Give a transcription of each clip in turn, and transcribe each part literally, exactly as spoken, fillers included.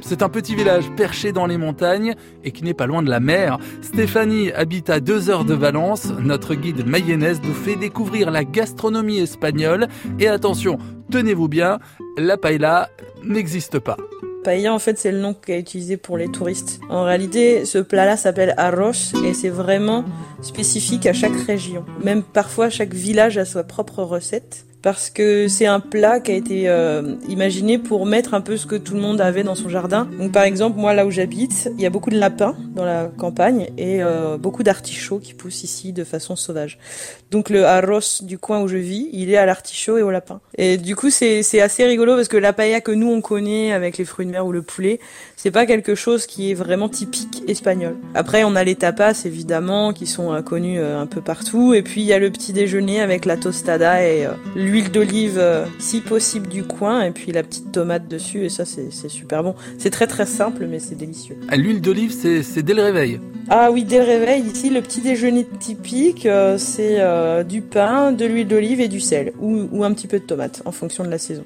C'est un petit village perché dans les montagnes et qui n'est pas loin de la mer. Stéphanie habite à deux heures de Valence. Notre guide mayonnaise nous fait découvrir la gastronomie espagnole. Et attention, tenez-vous bien, la paella n'existe pas. Paella, en fait, c'est le nom qui est utilisé pour les touristes. En réalité, ce plat-là s'appelle arroz et c'est vraiment spécifique à chaque région. Même parfois, chaque village a sa propre recette. Parce que c'est un plat qui a été euh, imaginé pour mettre un peu ce que tout le monde avait dans son jardin. Donc par exemple, moi là où j'habite, il y a beaucoup de lapins dans la campagne et euh, beaucoup d'artichauts qui poussent ici de façon sauvage. Donc le arroz du coin où je vis, il est à l'artichaut et au lapin. Et du coup, c'est c'est assez rigolo parce que la paella que nous on connaît avec les fruits de mer ou le poulet, c'est pas quelque chose qui est vraiment typique espagnol. Après, on a les tapas évidemment qui sont euh, connus euh, un peu partout et puis il y a le petit déjeuner avec la tostada et euh, l'huile d'olive euh, si possible du coin et puis la petite tomate dessus et ça c'est, c'est super bon. C'est très très simple mais c'est délicieux. À l'huile d'olive, c'est, c'est dès le réveil. Ah oui, dès le réveil, ici le petit déjeuner typique euh, c'est euh, du pain, de l'huile d'olive et du sel ou, ou un petit peu de tomate en fonction de la saison.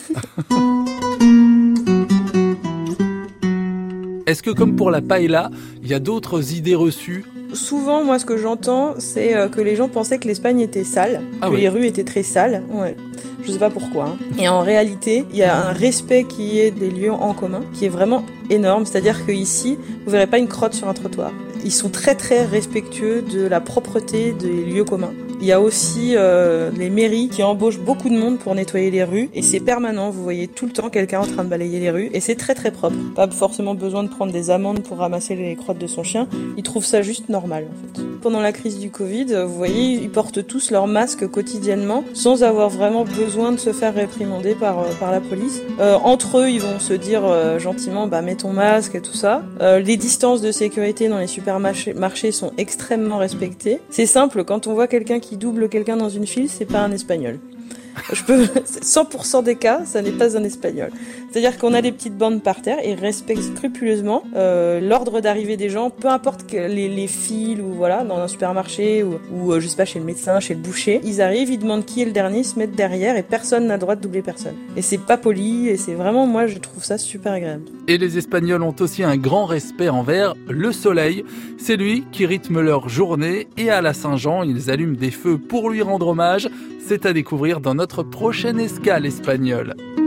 Est-ce que comme pour la paella, il y a d'autres idées reçues ? Souvent, moi, ce que j'entends, c'est que les gens pensaient que l'Espagne était sale, ah que oui. les rues étaient très sales. Ouais. Je sais pas pourquoi. Hein. Et en réalité, il y a un respect qui est des lieux en commun, qui est vraiment énorme. C'est-à-dire qu'ici, vous verrez pas une crotte sur un trottoir. Ils sont très très respectueux de la propreté des lieux communs. Il y a aussi euh, les mairies qui embauchent beaucoup de monde pour nettoyer les rues et c'est permanent, vous voyez tout le temps quelqu'un en train de balayer les rues et c'est très très propre. Pas forcément besoin de prendre des amendes pour ramasser les crottes de son chien, ils trouvent ça juste normal en fait. Pendant la crise du Covid, vous voyez, ils portent tous leur masque quotidiennement sans avoir vraiment besoin de se faire réprimander par, euh, par la police. Euh, entre eux, ils vont se dire euh, gentiment bah mets ton masque et tout ça. Euh, les distances de sécurité dans les supermarchés sont extrêmement respectées. C'est simple, quand on voit quelqu'un qui qui double quelqu'un dans une file, c'est pas un Espagnol. Je peux, cent pour cent des cas, ça n'est pas un Espagnol. C'est-à-dire qu'on a des petites bandes par terre et respectent scrupuleusement euh, l'ordre d'arrivée des gens, peu importe que les, les files ou voilà, dans un supermarché ou, ou euh, je sais pas, chez le médecin, chez le boucher. Ils arrivent, ils demandent qui est le dernier, ils se mettent derrière et personne n'a le droit de doubler personne. Et c'est pas poli et c'est vraiment, moi, je trouve ça super agréable. Et les Espagnols ont aussi un grand respect envers le soleil. C'est lui qui rythme leur journée et à la Saint-Jean, ils allument des feux pour lui rendre hommage. C'est à découvrir dans notre prochaine escale espagnole.